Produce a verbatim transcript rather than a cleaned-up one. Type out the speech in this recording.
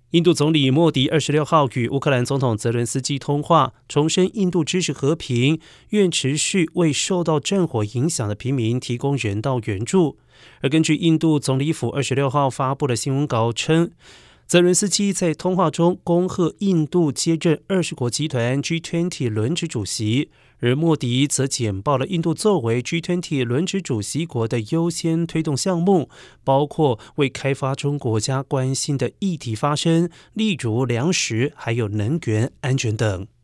印度总理莫迪二十六号与乌克兰总统泽伦斯基通话，重申印度支持和平，愿持续为受到战火影响的平民提供人道援助。而根据印度总理府二十六号发布的新闻稿称，泽伦斯基在通话中恭贺印度接任二十国集团 G 二十 轮值主席，而莫迪则简报了印度作为 G 二十 轮值主席国的优先推动项目，包括为开发中国家关心的议题发声，例如粮食还有能源安全等。